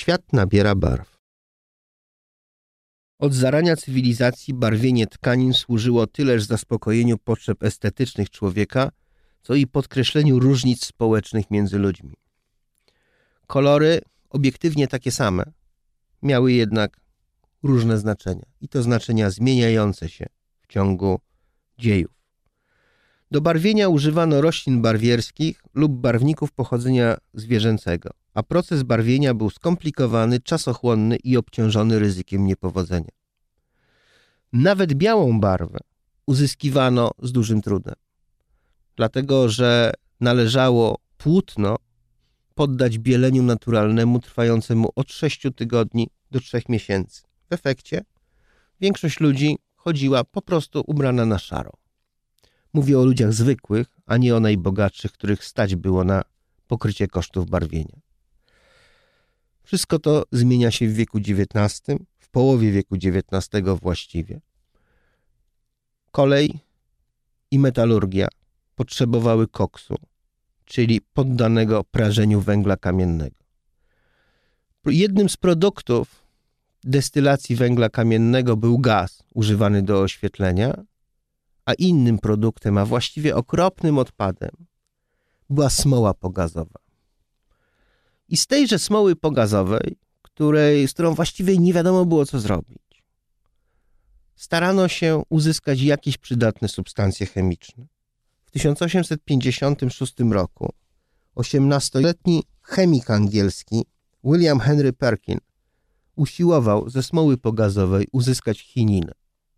Świat nabiera barw. Od zarania cywilizacji barwienie tkanin służyło tyleż zaspokojeniu potrzeb estetycznych człowieka, co i podkreśleniu różnic społecznych między ludźmi. Kolory, obiektywnie takie same, miały jednak różne znaczenia i to znaczenia zmieniające się w ciągu dziejów. Do barwienia używano roślin barwierskich lub barwników pochodzenia zwierzęcego, a proces barwienia był skomplikowany, czasochłonny i obciążony ryzykiem niepowodzenia. Nawet białą barwę uzyskiwano z dużym trudem, dlatego że należało płótno poddać bieleniu naturalnemu trwającemu od 6 tygodni do 3 miesięcy. W efekcie większość ludzi chodziła po prostu ubrana na szaro. Mówię o ludziach zwykłych, a nie o najbogatszych, których stać było na pokrycie kosztów barwienia. Wszystko to zmienia się w wieku XIX, w połowie wieku XIX właściwie. Kolej i metalurgia potrzebowały koksu, czyli poddanego prażeniu węgla kamiennego. Jednym z produktów destylacji węgla kamiennego był gaz używany do oświetlenia, a innym produktem, a właściwie okropnym odpadem, była smoła pogazowa. I z tejże smoły pogazowej, z którą właściwie nie wiadomo było, co zrobić, starano się uzyskać jakieś przydatne substancje chemiczne. W 1856 roku 18-letni chemik angielski William Henry Perkin usiłował ze smoły pogazowej uzyskać chininę.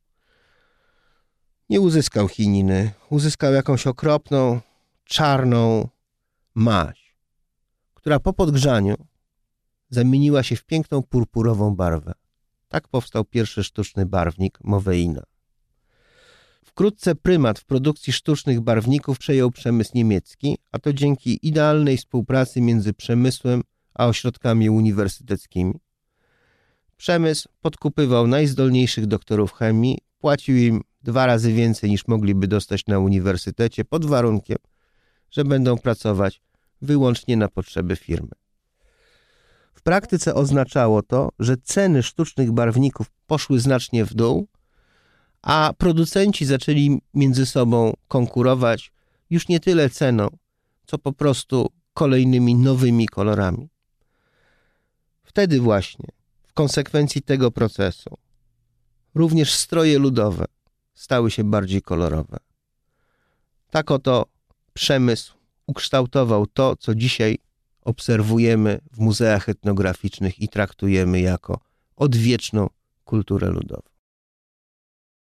Nie uzyskał chininy, uzyskał jakąś okropną, czarną maź, która po podgrzaniu zamieniła się w piękną purpurową barwę. Tak powstał pierwszy sztuczny barwnik Moweina. Wkrótce prymat w produkcji sztucznych barwników przejął przemysł niemiecki, a to dzięki idealnej współpracy między przemysłem a ośrodkami uniwersyteckimi. Przemysł podkupywał najzdolniejszych doktorów chemii, płacił im 2 razy więcej niż mogliby dostać na uniwersytecie pod warunkiem, że będą pracować wyłącznie na potrzeby firmy. W praktyce oznaczało to, że ceny sztucznych barwników poszły znacznie w dół, a producenci zaczęli między sobą konkurować już nie tyle ceną, co po prostu kolejnymi nowymi kolorami. Wtedy właśnie, w konsekwencji tego procesu, również stroje ludowe stały się bardziej kolorowe. Tak oto przemysł ukształtował to, co dzisiaj obserwujemy w muzeach etnograficznych i traktujemy jako odwieczną kulturę ludową.